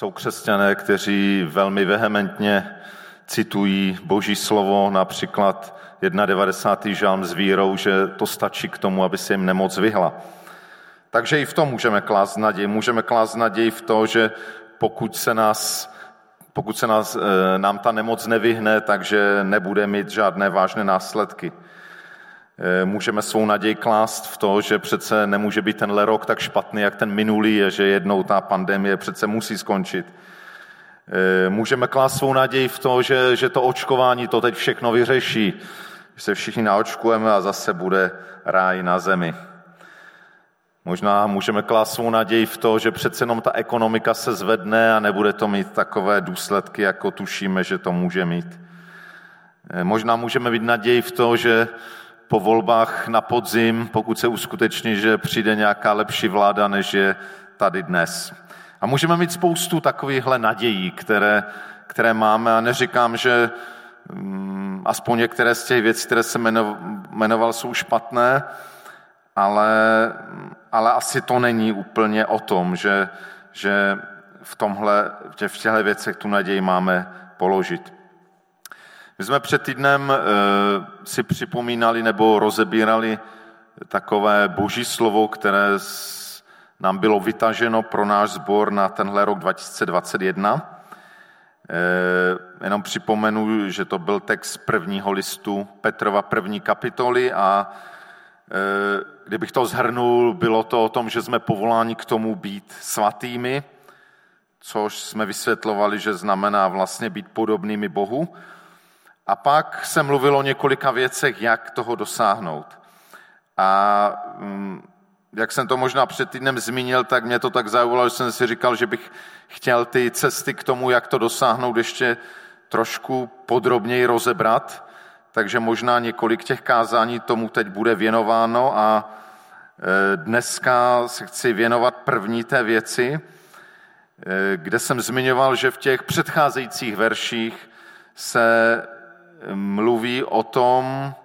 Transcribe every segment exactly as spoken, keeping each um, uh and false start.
Jsou křesťané, kteří velmi vehementně citují Boží slovo, například devadesátý první žalm s vírou, že to stačí k tomu, aby se jim nemoc vyhla. Takže i v tom můžeme klást naději. Můžeme klást naději v to, že pokud se, nás, pokud se nás, nám ta nemoc nevyhne, takže nebude mít žádné vážné následky. Můžeme svou naději klást v to, že přece nemůže být tenhle rok tak špatný, jak ten minulý je, že jednou ta pandemie přece musí skončit. Můžeme klást svou naději v to, že, že to očkování to teď všechno vyřeší, že se všichni naočkujeme a zase bude ráj na zemi. Možná můžeme klást svou naději v to, že přece jenom ta ekonomika se zvedne a nebude to mít takové důsledky, jako tušíme, že to může mít. Možná můžeme mít naději v to, že po volbách na podzim, pokud se uskuteční, že přijde nějaká lepší vláda, než je tady dnes. A můžeme mít spoustu takovýchhle nadějí, které, které máme, a neříkám, že um, aspoň některé z těch věcí, které jsem jmenoval, jsou špatné, ale, ale asi to není úplně o tom, že, že v tomhle, v těchto věcech tu naději máme položit. My jsme před týdnem e, si připomínali nebo rozebírali takové Boží slovo, které s, nám bylo vytaženo pro náš sbor na tenhle rok dva tisíce dvacet jedna. E, jenom připomenu, že to byl text prvního listu Petrova první kapitoly a e, kdybych to shrnul, bylo to o tom, že jsme povoláni k tomu být svatými, což jsme vysvětlovali, že znamená vlastně být podobnými Bohu. A pak se mluvilo o několika věcech, jak toho dosáhnout. A jak jsem to možná před týdnem zmínil, tak mě to tak zaujalo, že jsem si říkal, že bych chtěl ty cesty k tomu, jak to dosáhnout, ještě trošku podrobněji rozebrat. Takže možná několik těch kázání tomu teď bude věnováno a dneska se chci věnovat první té věci, kde jsem zmiňoval, že v těch předcházejících verších se mluví o tom,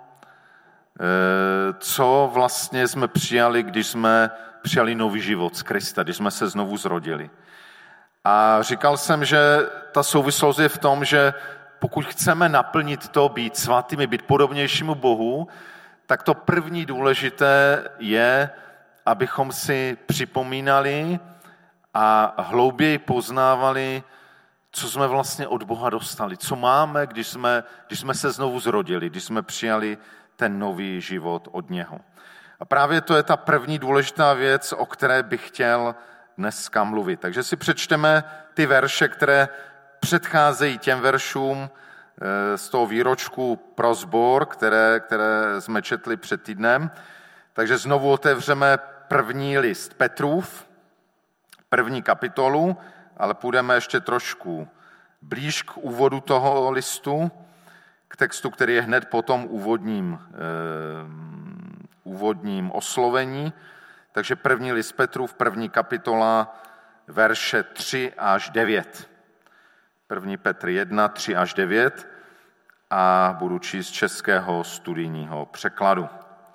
co vlastně jsme přijali, když jsme přijali nový život z Krista, když jsme se znovu zrodili. A říkal jsem, že ta souvislost je v tom, že pokud chceme naplnit to, být svatými, být podobnějšímu Bohu, tak to první důležité je, abychom si připomínali a hlouběji poznávali, co jsme vlastně od Boha dostali, co máme, když jsme, když jsme se znovu zrodili, když jsme přijali ten nový život od něho. A právě to je ta první důležitá věc, o které bych chtěl dneska mluvit. Takže si přečteme ty verše, které předcházejí těm veršům z toho výročku pro sbor, které, které jsme četli před týdnem. Takže znovu otevřeme první list Petrův, první kapitolu, ale půjdeme ještě trošku blíž k úvodu toho listu, k textu, který je hned po tom úvodním, eh, úvodním oslovení. Takže první list Petrův, první kapitola, verše tři až devět. První Petr jedna, tři až devět a budu číst českého studijního překladu.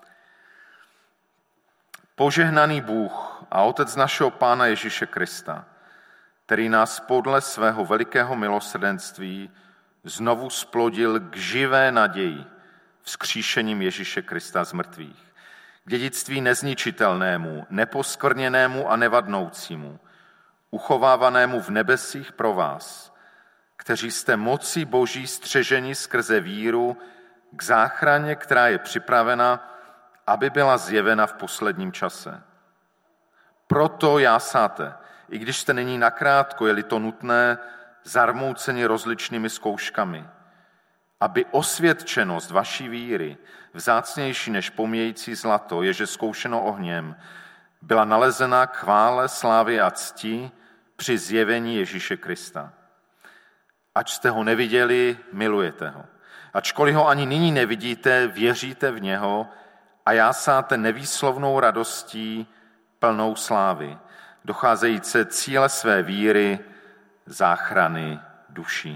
Požehnaný Bůh a Otec našeho Pána Ježíše Krista, který nás podle svého velikého milosrdenství znovu splodil k živé naději vzkříšením Ježíše Krista z mrtvých, k dědictví nezničitelnému, neposkvrněnému a nevadnoucímu, uchovávanému v nebesích pro vás, kteří jste mocí Boží střeženi skrze víru k záchraně, která je připravena, aby byla zjevena v posledním čase. Proto jásáte, i když jste nyní nakrátko, je-li to nutné, zarmouceni rozličnými zkouškami, aby osvědčenost vaší víry, vzácnější než pomíjející zlato, ježe zkoušeno ohněm, byla nalezena k chvále, slávě a cti při zjevení Ježíše Krista. Ač jste ho neviděli, milujete ho. Ačkoliv ho ani nyní nevidíte, věříte v něho a jásáte nevýslovnou radostí plnou slávy, docházející cíle své víry, záchrany duší.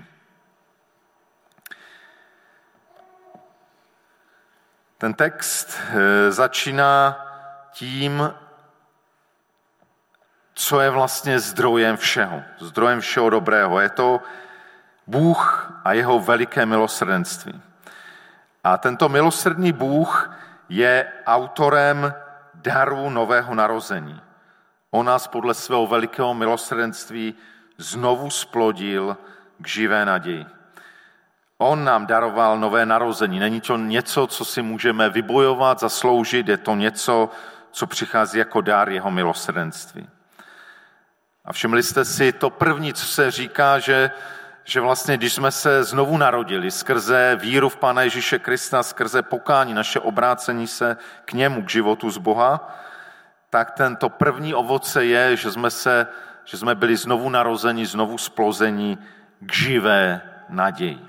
Ten text začíná tím, co je vlastně zdrojem všeho, zdrojem všeho dobrého. Je to Bůh a jeho veliké milosrdenství. A tento milosrdný Bůh je autorem daru nového narození. On nás podle svého velikého milosrdenství znovu splodil k živé naději. On nám daroval nové narození. Není to něco, co si můžeme vybojovat, zasloužit, je to něco, co přichází jako dar jeho milosrdenství. A všimli jste si to první, co se říká, že, že vlastně, když jsme se znovu narodili skrze víru v Pána Ježíše Krista, skrze pokání, naše obrácení se k němu, k životu z Boha, tak tento první ovoce je, že jsme, se, že jsme byli znovu narozeni, znovu splozeni k živé naději.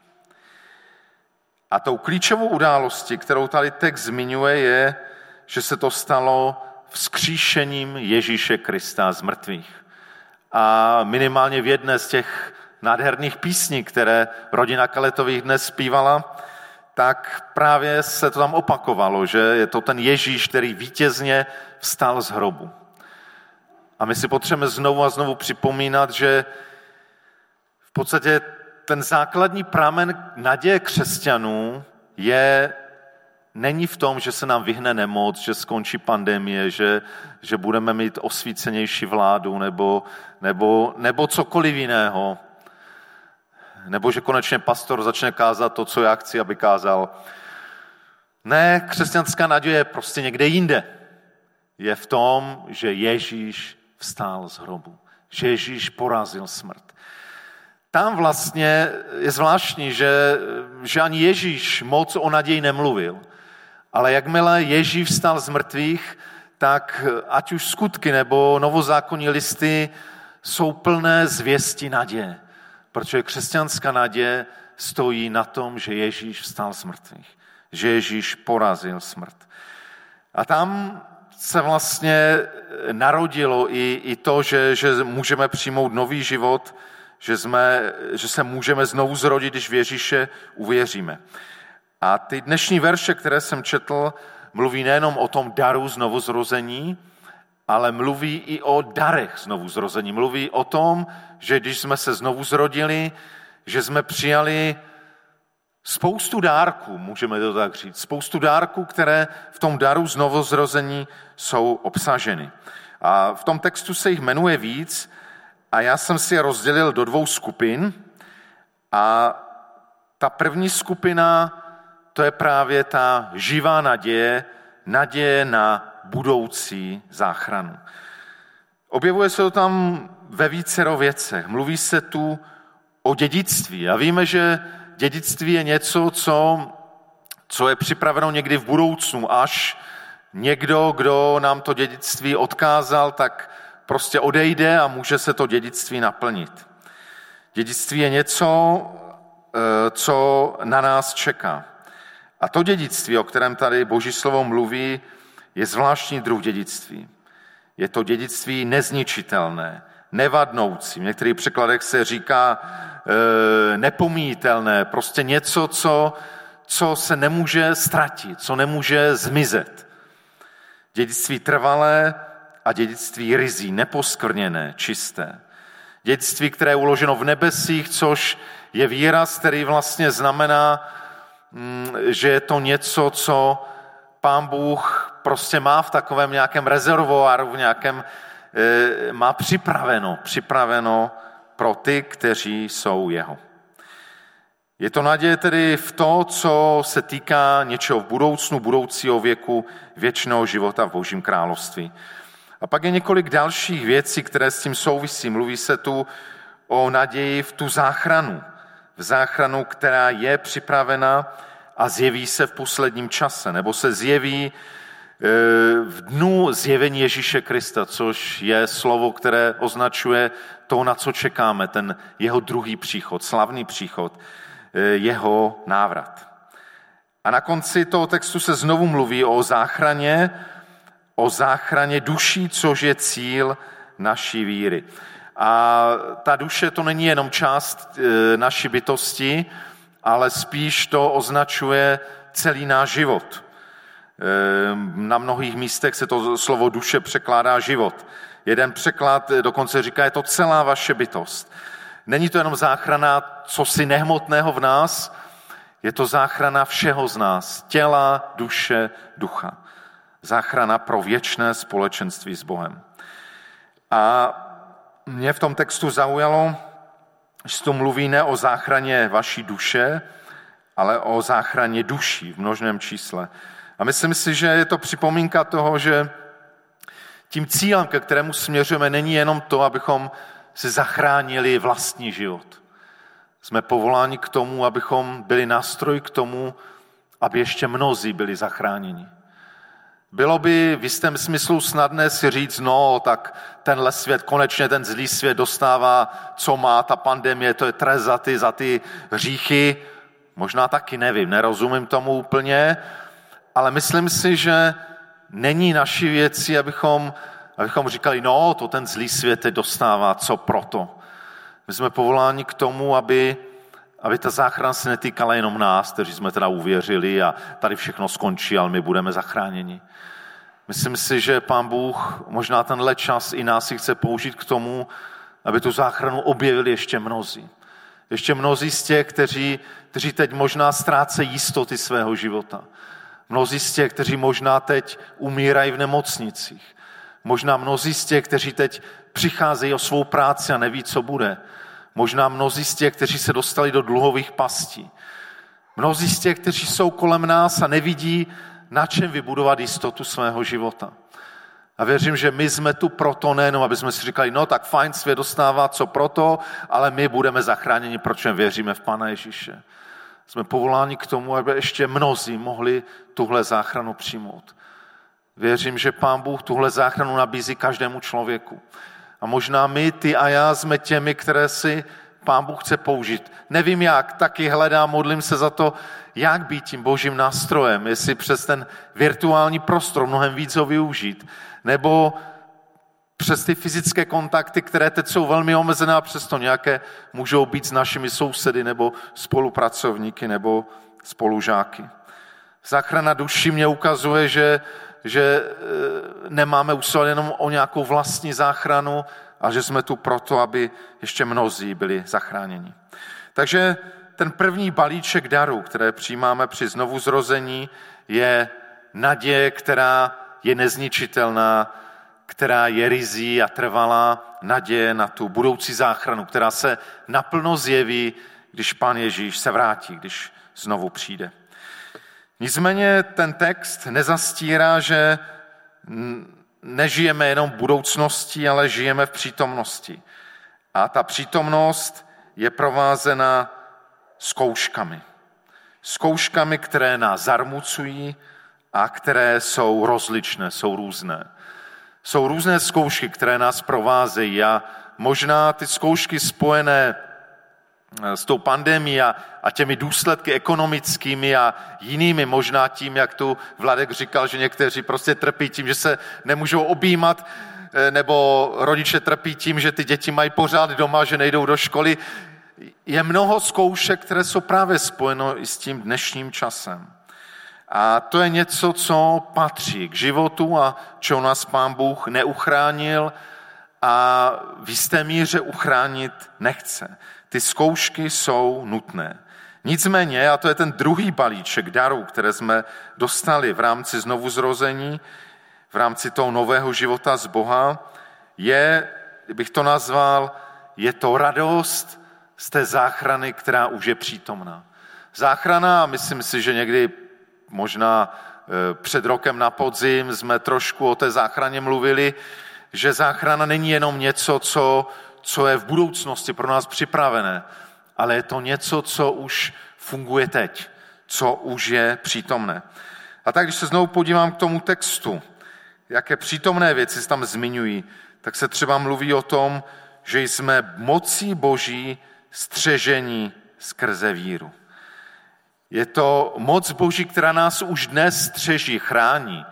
A tou klíčovou událostí, kterou tady text zmiňuje, je, že se to stalo vzkříšením Ježíše Krista z mrtvých. A minimálně v jedné z těch nádherných písní, které rodina Kaletových dnes zpívala, tak právě se to tam opakovalo, že je to ten Ježíš, který vítězně vstal z hrobu. A my si potřebujeme znovu a znovu připomínat, že v podstatě ten základní pramen naděje křesťanů je, není v tom, že se nám vyhne nemoc, že skončí pandemie, že, že budeme mít osvícenější vládu nebo, nebo, nebo cokoliv jiného. Nebo že konečně pastor začne kázat to, co já chci, aby kázal. Ne, křesťanská naděje je prostě někde jinde. Je v tom, že Ježíš vstál z hrobu. Že Ježíš porazil smrt. Tam vlastně je zvláštní, že, že ani Ježíš moc o naději nemluvil. Ale jakmile Ježíš vstal z mrtvých, tak ať už skutky nebo novozákonní listy jsou plné zvěsti naděje. Protože křesťanská naděje stojí na tom, že Ježíš vstal z mrtvých. Že Ježíš porazil smrt. A tam se vlastně narodilo i, i to, že, že můžeme přijmout nový život, že, jsme, že se můžeme znovu zrodit, když v Ježíše uvěříme. A ty dnešní verše, které jsem četl, mluví nejenom o tom daru znovuzrození, ale mluví i o darech znovuzrození. Mluví o tom, že když jsme se znovu zrodili, že jsme přijali spoustu dárků, můžeme to tak říct, spoustu dárků, které v tom daru znovuzrození jsou obsaženy. A v tom textu se jich jmenuje víc a já jsem si je rozdělil do dvou skupin a ta první skupina, to je právě ta živá naděje, naděje na budoucí záchranu. Objevuje se to tam ve vícero věcech. Mluví se tu o dědictví. A víme, že dědictví je něco, co, co je připraveno někdy v budoucnu, až někdo, kdo nám to dědictví odkázal, tak prostě odejde a může se to dědictví naplnit. Dědictví je něco, co na nás čeká. A to dědictví, o kterém tady Boží slovo mluví, je zvláštní druh dědictví. Je to dědictví nezničitelné, nevadnoucí. V některých překladech se říká e, nepomíjitelné, prostě něco, co, co se nemůže ztratit, co nemůže zmizet. Dědictví trvalé a dědictví ryzí, neposkvrněné, čisté. Dědictví, které je uloženo v nebesích, což je výraz, který vlastně znamená, že je to něco, co Pán Bůh prostě má v takovém nějakém rezervoáru, v nějakém, má připraveno, připraveno pro ty, kteří jsou jeho. Je to naděje tedy v to, co se týká něčeho v budoucnu, budoucího věku, věčného života v Božím království. A pak je několik dalších věcí, které s tím souvisí. Mluví se tu o naději v tu záchranu. V záchranu, která je připravena a zjeví se v posledním čase, nebo se zjeví v dnu zjevení Ježíše Krista, což je slovo, které označuje to, na co čekáme, ten jeho druhý příchod, slavný příchod, jeho návrat. A na konci toho textu se znovu mluví o záchraně, o záchraně duší, což je cíl naší víry. A ta duše to není jenom část naší bytosti, ale spíš to označuje celý náš život. Na mnohých místech se to slovo duše překládá život. Jeden překlad dokonce říká, je to celá vaše bytost. Není to jenom záchrana cosi nehmotného v nás, je to záchrana všeho z nás, těla, duše, ducha. Záchrana pro věčné společenství s Bohem. A mě v tom textu zaujalo, že se to mluví ne o záchraně vaší duše, ale o záchraně duší v množném čísle. A myslím si, že je to připomínka toho, že tím cílem, ke kterému směřujeme, není jenom to, abychom si zachránili vlastní život. Jsme povoláni k tomu, abychom byli nástroj k tomu, aby ještě mnozí byli zachráněni. Bylo by v jistém smyslu snadné si říct, no, tak tenhle svět, konečně ten zlý svět dostává, co má ta pandemie, to je trest za ty, za ty hříchy. Možná taky nevím, nerozumím tomu úplně, ale myslím si, že není naší věcí, abychom, abychom říkali, no, to ten zlý svět teď dostává, co proto. My jsme povoláni k tomu, aby, aby ta záchrana se netýkala jenom nás, kteří jsme teda uvěřili a tady všechno skončí, ale my budeme zachráněni. Myslím si, že Pán Bůh možná tenhle čas i nás si chce použít k tomu, aby tu záchranu objevili ještě mnozí. Ještě mnozí z těch, kteří, kteří teď možná ztrácejí jistoty svého života. Mnozí z těch, kteří možná teď umírají v nemocnicích. Možná mnozí z těch, kteří teď přicházejí o svou práci a neví, co bude. Možná mnozí z těch, kteří se dostali do dluhových pastí. Mnozí z těch, kteří jsou kolem nás a nevidí, na čem vybudovat jistotu svého života. A věřím, že my jsme tu proto nejenom, aby jsme si říkali, no tak fajn, svět dostává, co proto, ale my budeme zachráněni, protože věříme v Pána Ježíše. Jsme povoláni k tomu, aby ještě mnozí mohli tuhle záchranu přijmout. Věřím, že Pán Bůh tuhle záchranu nabízí každému člověku. A možná my, ty a já, jsme těmi, které si Pán Bůh chce použít. Nevím jak, taky hledám, modlím se za to, jak být tím božím nástrojem, jestli přes ten virtuální prostor mnohem víc ho využít, nebo přes ty fyzické kontakty, které teď jsou velmi omezené a přesto nějaké můžou být s našimi sousedy nebo spolupracovníky nebo spolužáky. Záchrana duší mě ukazuje, že, že nemáme usilovat jenom o nějakou vlastní záchranu, a že jsme tu proto, aby ještě mnozí byli zachráněni. Takže ten první balíček darů, které přijímáme při znovuzrození, je naděje, která je nezničitelná, která je ryzí a trvalá, naděje na tu budoucí záchranu, která se naplno zjeví, když Pán Ježíš se vrátí, když znovu přijde. Nicméně ten text nezastírá, že nežijeme jenom v budoucnosti, ale žijeme v přítomnosti. A ta přítomnost je provázena zkouškami. Zkouškami, které nás zarmucují a které jsou rozličné, jsou různé. Jsou různé zkoušky, které nás provázejí a možná ty zkoušky spojené s tou pandemií a, a těmi důsledky ekonomickými a jinými, možná tím, jak tu Vladek říkal, že někteří prostě trpí tím, že se nemůžou objímat, nebo rodiče trpí tím, že ty děti mají pořád doma, že nejdou do školy. Je mnoho zkoušek, které jsou právě spojeno i s tím dnešním časem. A to je něco, co patří k životu a čeho nás Pán Bůh neuchránil a v jisté míře uchránit nechce. Ty zkoušky jsou nutné. Nicméně, a to je ten druhý balíček darů, které jsme dostali v rámci znovuzrození, v rámci toho nového života z Boha, je, bych to nazval, je to radost z té záchrany, která už je přítomná. Záchrana, myslím si, že někdy možná před rokem na podzim jsme trošku o té záchraně mluvili, že záchrana není jenom něco, co, co je v budoucnosti pro nás připravené, ale je to něco, co už funguje teď, co už je přítomné. A tak, když se znovu podívám k tomu textu, jaké přítomné věci se tam zmiňují, tak se třeba mluví o tom, že jsme mocí Boží střežení skrze víru. Je to moc Boží, která nás už dnes střeží, chrání.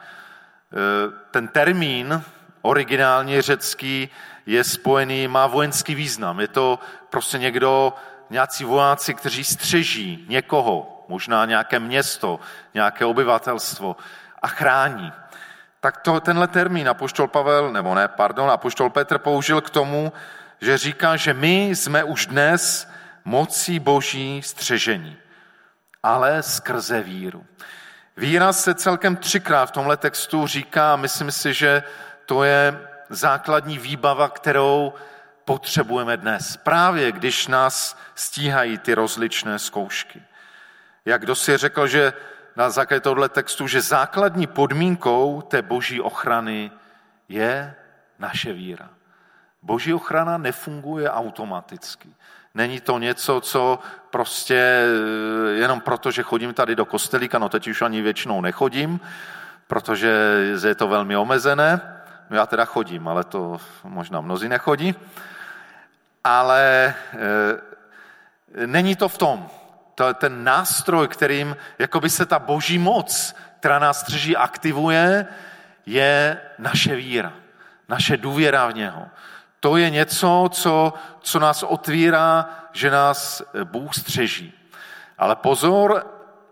Ten termín originálně řecký je spojený, má vojenský význam. Je to prostě někdo, nějací vojáci, kteří střeží někoho, možná nějaké město, nějaké obyvatelstvo a chrání. tak to, tenhle termín apoštol Pavel, nebo ne, pardon, apoštol Petr použil k tomu, že říká, že my jsme už dnes mocí Boží střežení, ale skrze víru. Víra se celkem třikrát v tomhle textu říká, myslím si, že to je základní výbava, kterou potřebujeme dnes. Právě když nás stíhají ty rozličné zkoušky. Jak kdo si řekl, že na základě tohoto textu, že základní podmínkou té boží ochrany je naše víra. Boží ochrana nefunguje automaticky. Není to něco, co prostě jenom proto, že chodím tady do kostelíka, no teď už ani většinou nechodím, protože je to velmi omezené. No já teda chodím, ale to možná mnozí nechodí. Ale e, není to v tom. To, ten nástroj, kterým jakoby se ta boží moc, která nás střeží, aktivuje, je naše víra, naše důvěra v něho. To je něco, co, co nás otvírá, že nás Bůh střeží. Ale pozor,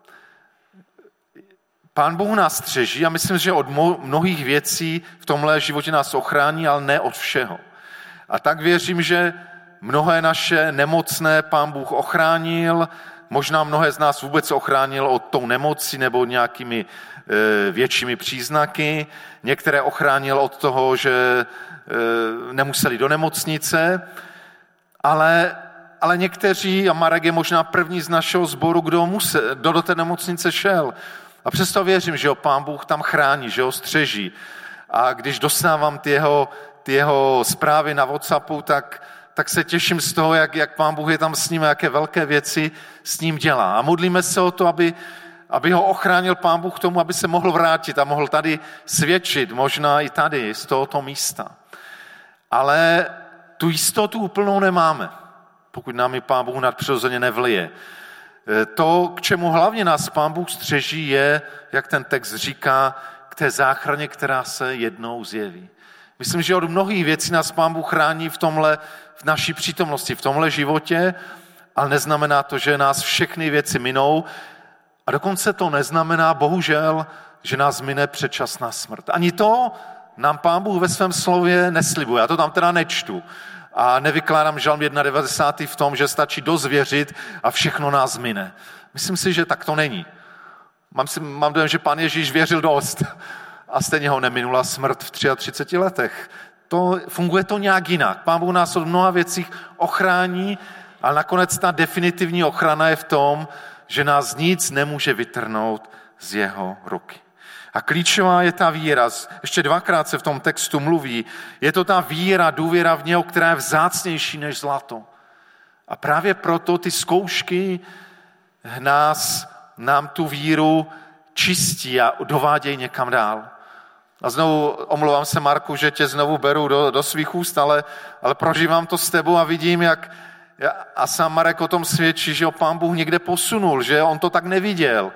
Pán Bůh nás střeží a myslím, že od mnohých věcí v tomhle životě nás ochrání, ale ne od všeho. A tak věřím, že mnohé naše nemocné Pán Bůh ochránil, možná mnohé z nás vůbec ochránil od tou nemoci nebo nějakými e, většími příznaky. Některé ochránil od toho, že e, nemuseli do nemocnice, ale, ale někteří, a Marek je možná první z našeho sboru, kdo, musel, kdo do té nemocnice šel. A přesto věřím, že ho Pán Bůh tam chrání, že ho střeží. A když dostávám ty jeho, ty jeho zprávy na WhatsAppu, tak tak se těším z toho, jak, jak Pán Bůh je tam s ním, jaké velké věci s ním dělá. A modlíme se o to, aby, aby ho ochránil Pán Bůh k tomu, aby se mohl vrátit a mohl tady svědčit, možná i tady, z tohoto místa. Ale tu jistotu úplnou nemáme, pokud nám ji Pán Bůh nadpřirozeně nevlije. To, k čemu hlavně nás Pán Bůh střeží, je, jak ten text říká, k té záchraně, která se jednou zjeví. Myslím, že od mnohých věcí nás Pán Bůh chrání v tomhle, v naší přítomnosti, v tomhle životě, ale neznamená to, že nás všechny věci minou a dokonce to neznamená, bohužel, že nás mine předčasná smrt. Ani to nám Pán Bůh ve svém slově neslibuje. Já to tam teda nečtu a nevykládám žalm devadesát jedna v tom, že stačí dost věřit a všechno nás mine. Myslím si, že tak to není. Mám, si, mám dojem, že Pán Ježíš věřil dost a stejně ho neminula smrt v třiatřiceti třech letech. To, funguje to nějak jinak. Pán Bůh nás od mnoha věcích ochrání, ale nakonec ta definitivní ochrana je v tom, že nás nic nemůže vytrhnout z jeho ruky. A klíčová je ta víra. Ještě dvakrát se v tom textu mluví. Je to ta víra, důvěra v něho, která je vzácnější než zlato. A právě proto ty zkoušky nás, nám tu víru čistí a dovádějí někam dál. A znovu omlouvám se, Marku, že tě znovu beru do, do svých úst, ale, ale prožívám to s tebou a vidím, jak a sám Marek o tom svědčí, že ho Pán Bůh někde posunul, že on to tak neviděl.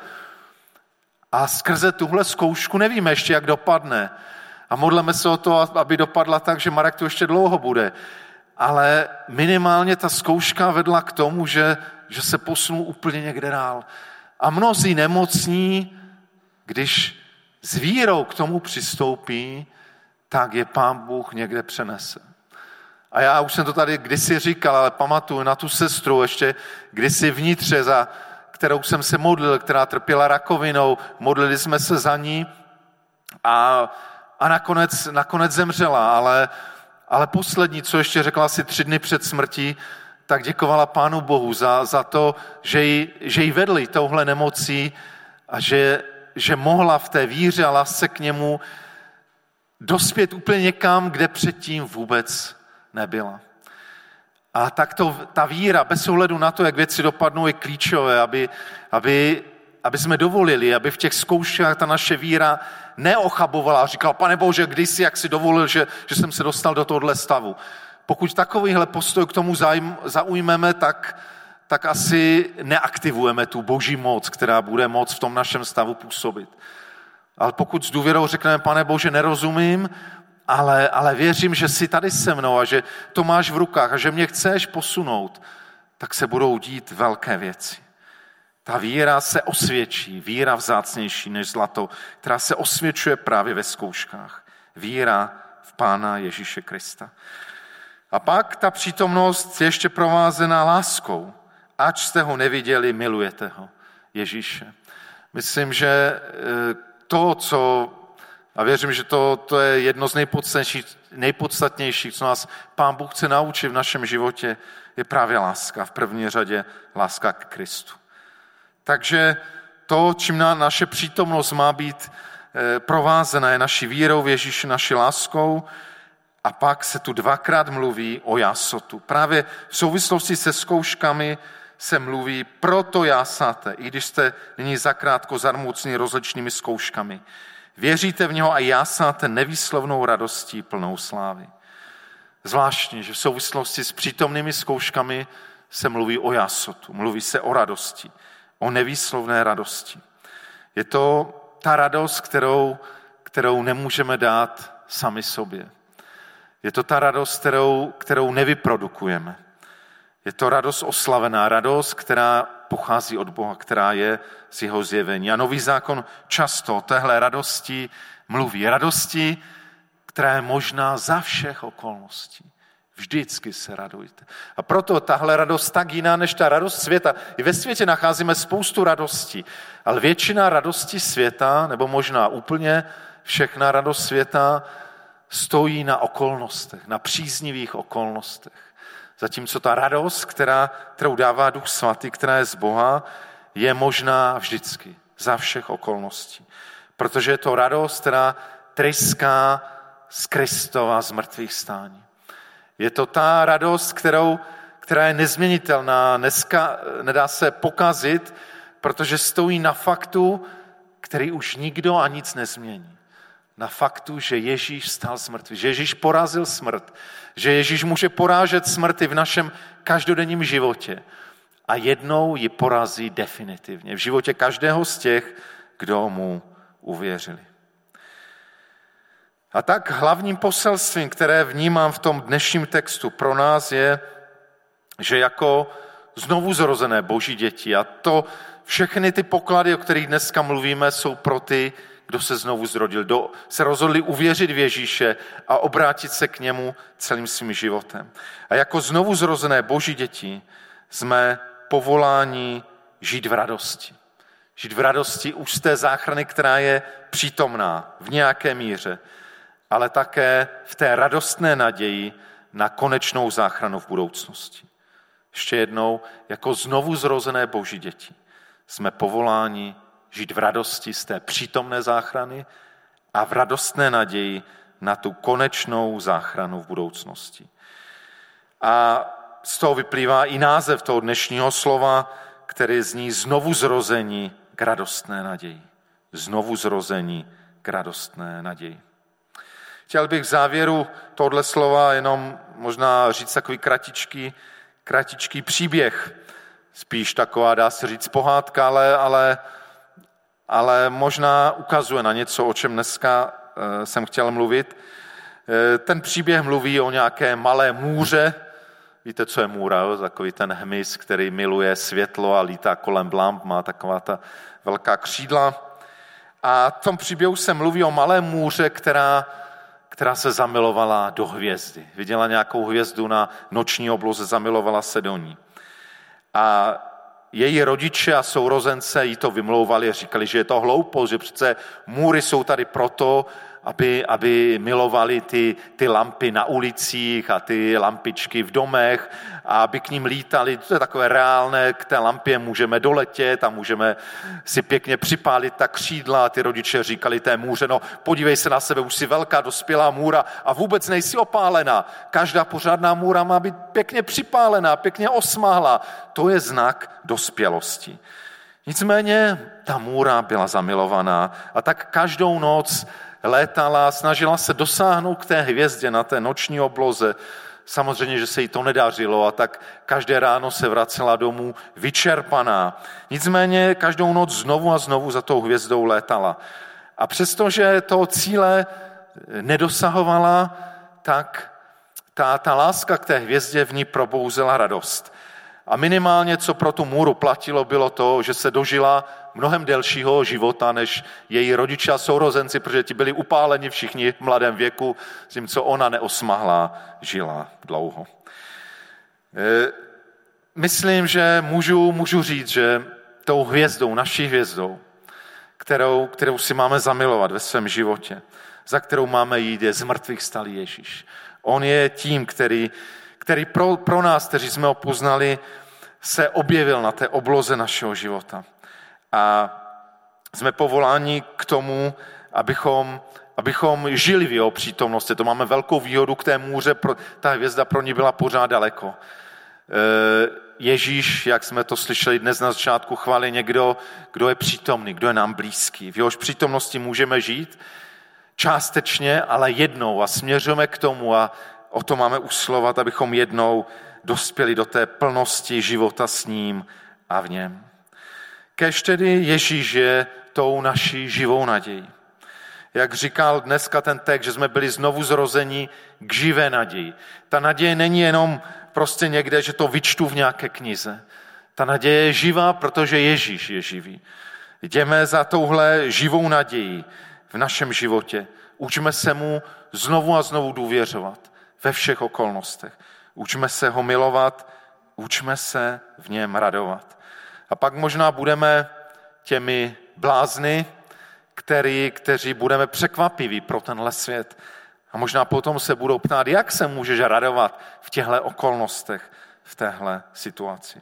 A skrze tuhle zkoušku nevíme ještě, jak dopadne. A modleme se o to, aby dopadla tak, že Marek tu ještě dlouho bude. Ale minimálně ta zkouška vedla k tomu, že, že se posunul úplně někde dál. A mnozí nemocní, když s vírou k tomu přistoupí, tak je Pán Bůh někde přenese. A já už jsem to tady kdysi říkal, ale pamatuju na tu sestru ještě kdysi vnitře, za kterou jsem se modlil, která trpěla rakovinou, modlili jsme se za ní a, a nakonec, nakonec zemřela, ale, ale poslední, co ještě řekla asi tři dny před smrtí, tak děkovala Pánu Bohu za, za to, že ji, že ji vedli touhle nemocí a že, že mohla v té víře a lásce k němu dospět úplně někam, kde předtím vůbec nebyla. A tak to, ta víra, bez ohledu na to, jak věci dopadnou, je klíčové, aby, aby, aby jsme dovolili, aby v těch zkouškách ta naše víra neochabovala a říkala, Pane Bože, kdysi, jak si dovolil, že, že jsem se dostal do tohohle stavu. Pokud takovýhle postoj k tomu zaujmeme, tak, tak asi neaktivujeme tu boží moc, která bude moc v tom našem stavu působit. Ale pokud s důvěrou řekneme, Pane Bože, nerozumím, ale, ale věřím, že jsi tady se mnou a že to máš v rukách a že mě chceš posunout, tak se budou dít velké věci. Ta víra se osvědčí, víra vzácnější než zlato, která se osvědčuje právě ve zkouškách. Víra v Pána Ježíše Krista. A pak ta přítomnost je ještě provázená láskou. Ač jste ho neviděli, milujete ho, Ježíše. Myslím, že to, co, a věřím, že to, to je jedno z nejpodstatnějších, nejpodstatnějších, co nás Pán Bůh chce naučit v našem životě, je právě láska. V první řadě láska k Kristu. Takže to, čím naše přítomnost má být provázena, je naší vírou v Ježíši, naší láskou. A pak se tu dvakrát mluví o jásotu. Právě v souvislosti se zkouškami se mluví, proto jásáte, i když jste nyní zakrátko zarmouceni rozličnými zkouškami. Věříte v něho a jásáte nevýslovnou radostí plnou slávy. Zvláštně, že v souvislosti s přítomnými zkouškami se mluví o jásotu, mluví se o radosti, o nevýslovné radosti. Je to ta radost, kterou, kterou nemůžeme dát sami sobě. Je to ta radost, kterou, kterou nevyprodukujeme. Je to radost oslavená, radost, která pochází od Boha, která je z jeho zjevení. A Nový zákon často o téhle radosti mluví. Radosti, která je možná za všech okolností. Vždycky se radujte. A proto tahle radost tak jiná než ta radost světa. I ve světě nacházíme spoustu radostí, ale většina radosti světa, nebo možná úplně všechna radost světa, stojí na okolnostech, na příznivých okolnostech. Zatímco ta radost, která, kterou dává Duch Svatý, která je z Boha, je možná vždycky, za všech okolností. Protože je to radost, která tryská z Kristova z mrtvých stání. Je to ta radost, kterou, která je nezměnitelná, dneska nedá se pokazit, protože stojí na faktu, který už nikdo a nic nezmění. Na faktu, že Ježíš vstal z mrtvých, že Ježíš porazil smrt, že Ježíš může porážet smrti v našem každodenním životě a jednou ji porazí definitivně v životě každého z těch, kdo mu uvěřili. A tak hlavním poselstvím, které vnímám v tom dnešním textu pro nás je, že jako znovuzrozené Boží děti, a to všechny ty poklady, o kterých dneska mluvíme, jsou pro ty, kdo se znovu zrodil, kdo se rozhodli uvěřit v Ježíše a obrátit se k němu celým svým životem. A jako znovuzrozené Boží děti jsme povoláni žít v radosti. Žít v radosti už z té záchrany, která je přítomná v nějaké míře, ale také v té radostné naději na konečnou záchranu v budoucnosti. Ještě jednou, jako znovuzrozené Boží děti jsme povoláni žít v radosti z té přítomné záchrany a v radostné naději na tu konečnou záchranu v budoucnosti. A z toho vyplývá i název toho dnešního slova, který zní znovuzrození k radostné naději. Znovuzrození k radostné naději. Chtěl bych v závěru tohoto slova jenom možná říct takový kratičký, kratičký příběh. Spíš taková, dá se říct, pohádka, ale, ale, ale možná ukazuje na něco, o čem dneska e, jsem chtěl mluvit. E, ten příběh mluví o nějaké malé můře. Víte, co je můra? Jo? Takový ten hmyz, který miluje světlo a lítá kolem lamp, má taková ta velká křídla. A v tom příběhu se mluví o malé můře, která která se zamilovala do hvězdy. Viděla nějakou hvězdu na noční obloze, zamilovala se do ní. A její rodiče a sourozence jí to vymlouvali a říkali, že je to hloupost, že přece můry jsou tady proto, aby, aby milovali ty, ty lampy na ulicích a ty lampičky v domech a aby k ním lítali. To je takové reálné, k té lampě můžeme doletět a můžeme si pěkně připálit ta křídla. A ty rodiče říkali té můře, no podívej se na sebe, už jsi velká dospělá můra a vůbec nejsi opálená. Každá pořádná můra má být pěkně připálená, pěkně osmáhlá. To je znak dospělosti. Nicméně ta můra byla zamilovaná a tak každou noc létala, snažila se dosáhnout k té hvězdě na té noční obloze. Samozřejmě, že se jí to nedařilo a tak každé ráno se vracela domů vyčerpaná. Nicméně každou noc znovu a znovu za tou hvězdou létala. A přestože toho cíle nedosahovala, tak ta, ta láska k té hvězdě v ní probouzela radost. A minimálně, co pro tu Můru platilo, bylo to, že se dožila mnohem delšího života než její rodiče a sourozenci, protože ti byli upáleni všichni v mladém věku, tím, co ona neosmahlá, žila dlouho. Myslím, že můžu, můžu říct, že tou hvězdou, naší hvězdou, kterou, kterou si máme zamilovat ve svém životě, za kterou máme jít, je z mrtvých stalý Ježíš. On je tím, který, který pro, pro nás, kteří jsme ho poznali, se objevil na té obloze našeho života. A jsme povoláni k tomu, abychom, abychom žili v jeho přítomnosti. To máme velkou výhodu k té Můře, pro, ta hvězda pro ní byla pořád daleko. Ježíš, jak jsme to slyšeli dnes na začátku chvály, někdo, kdo je přítomný, kdo je nám blízký. V jehož přítomnosti můžeme žít částečně, ale jednou a směřujeme k tomu a o to máme usilovat, abychom jednou dospěli do té plnosti života s ním a v něm. Kéž tedy Ježíš je tou naší živou nadějí. Jak říkal dneska ten text, že jsme byli znovu zrozeni k živé naději. Ta naděje není jenom prostě někde, že to vyčtu v nějaké knize. Ta naděje je živá, protože Ježíš je živý. Jdeme za touhle živou nadějí v našem životě. Učme se mu znovu a znovu důvěřovat ve všech okolnostech. Učme se ho milovat, učme se v něm radovat. A pak možná budeme těmi blázny, který, kteří budeme překvapiví pro tenhle svět. A možná potom se budou ptát, jak se můžeš radovat v těchto okolnostech, v téhle situaci.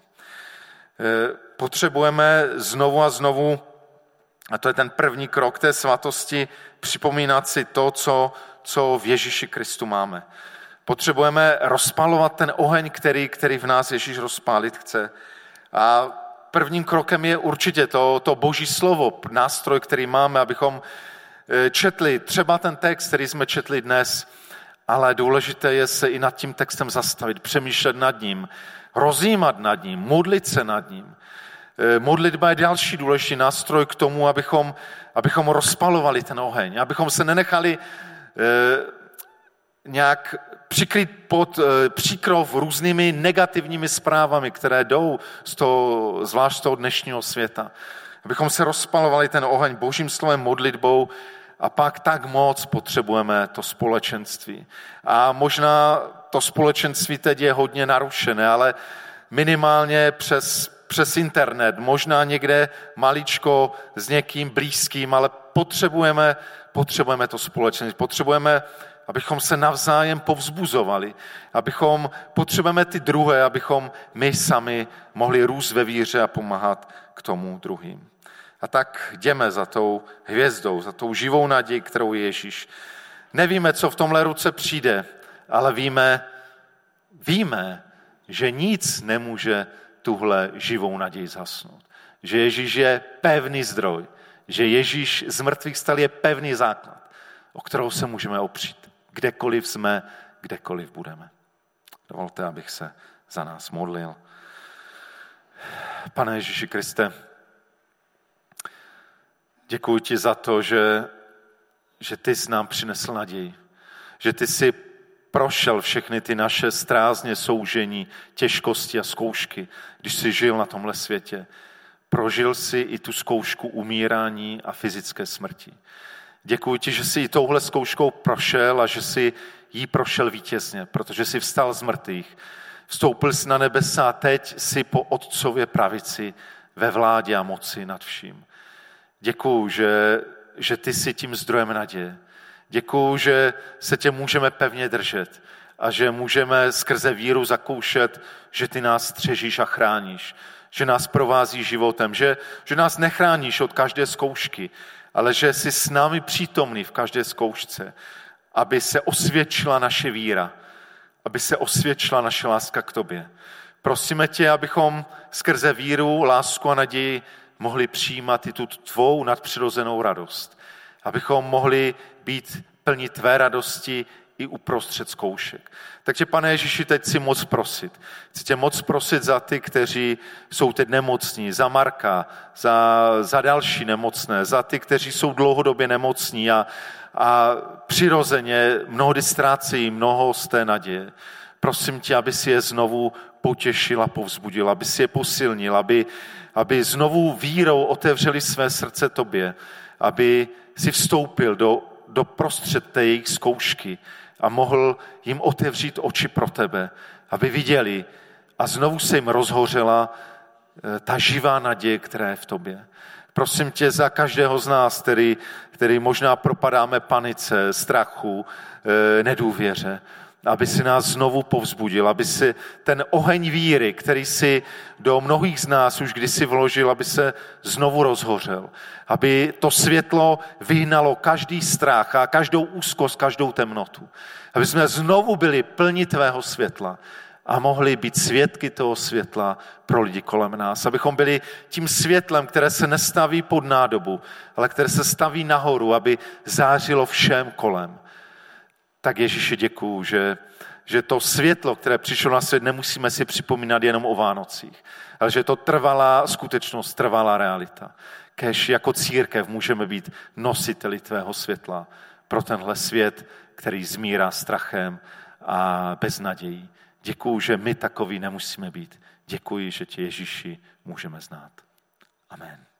Potřebujeme znovu a znovu, a to je ten první krok té svatosti, připomínat si to, co, co v Ježíši Kristu máme. Potřebujeme rozpalovat ten oheň, který, který v nás Ježíš rozpálit chce. A prvním krokem je určitě to, to Boží slovo, nástroj, který máme, abychom četli třeba ten text, který jsme četli dnes, ale důležité je se i nad tím textem zastavit, přemýšlet nad ním, rozjímat nad ním, modlit se nad ním. Modlitba je další důležitý nástroj k tomu, abychom, abychom rozpalovali ten oheň, abychom se nenechali eh, nějak přikryt pod eh, příkrov různými negativními zprávami, které jdou z toho, zvlášť z toho dnešního světa. Abychom se rozpalovali ten oheň Božím slovem, modlitbou a pak tak moc potřebujeme to společenství. A možná to společenství teď je hodně narušené, ale minimálně přes, přes internet, možná někde maličko s někým blízkým, ale potřebujeme, potřebujeme to společenství, potřebujeme, abychom se navzájem povzbuzovali, abychom, potřebujeme ty druhé, abychom my sami mohli růst ve víře a pomáhat k tomu druhým. A tak jdeme za tou hvězdou, za tou živou naději, kterou je Ježíš. Nevíme, co v tomhle roce přijde, ale víme, víme, že nic nemůže tuhle živou naději zhasnout. Že Ježíš je pevný zdroj, že Ježíš z mrtvých stal je pevný základ, o kterou se můžeme opřít, kdekoliv jsme, kdekoliv budeme. Dovolte, abych se za nás modlil. Pane Ježíši Kriste, děkuji ti za to, že, že ty jsi nám přinesl naději, že ty jsi prošel všechny ty naše strázně, soužení, těžkosti a zkoušky, když jsi žil na tomhle světě. Prožil jsi i tu zkoušku umírání a fyzické smrti. Děkuji ti, že jsi i touhle zkouškou prošel a že jsi jí prošel vítězně, protože jsi vstal z mrtvých. Vstoupil jsi na nebesa a teď jsi po otcově pravici ve vládě a moci nad vším. Děkuji, že, že ty jsi tím zdrojem naděje. Děkuji, že se tě můžeme pevně držet a že můžeme skrze víru zakoušet, že ty nás střežíš a chráníš, že nás provází životem, že, že nás nechráníš od každé zkoušky, ale že jsi s námi přítomný v každé zkoušce, aby se osvědčila naše víra, aby se osvědčila naše láska k tobě. Prosíme tě, abychom skrze víru, lásku a naději mohli přijímat i tu tvou nadpřirozenou radost. Abychom mohli být plní tvé radosti i uprostřed zkoušek. Takže, Pane Ježíši, teď si moc prosit. Chci tě moc prosit za ty, kteří jsou teď nemocní, za Marka, za, za další nemocné, za ty, kteří jsou dlouhodobě nemocní a, a přirozeně mnohdy ztrácejí mnoho z té naděje. Prosím tě, aby si je znovu potěšil a povzbudil, aby si je posilnil, aby, aby znovu vírou otevřeli své srdce tobě, aby si vstoupil do, do prostřed té jejich zkoušky a mohl jim otevřít oči pro tebe, aby viděli a znovu se jim rozhořela ta živá naděje, která je v tobě. Prosím tě za každého z nás, který, který možná propadáme panice, strachu, nedůvěře, aby si nás znovu povzbudil, aby si ten oheň víry, který si do mnohých z nás už kdysi vložil, aby se znovu rozhořel. Aby to světlo vyhnalo každý strach a každou úzkost, každou temnotu. Aby jsme znovu byli plni tvého světla a mohli být svědky toho světla pro lidi kolem nás. Abychom byli tím světlem, které se nestaví pod nádobu, ale které se staví nahoru, aby zářilo všem kolem. Tak Ježíši děkuju, že, že to světlo, které přišlo na svět, nemusíme si připomínat jenom o Vánocích, ale že to trvalá skutečnost, trvalá realita. Kéž jako církev můžeme být nositeli tvého světla pro tenhle svět, který zmírá strachem a beznadějí. Děkuju, že my takový nemusíme být. Děkuji, že tě Ježíši můžeme znát. Amen.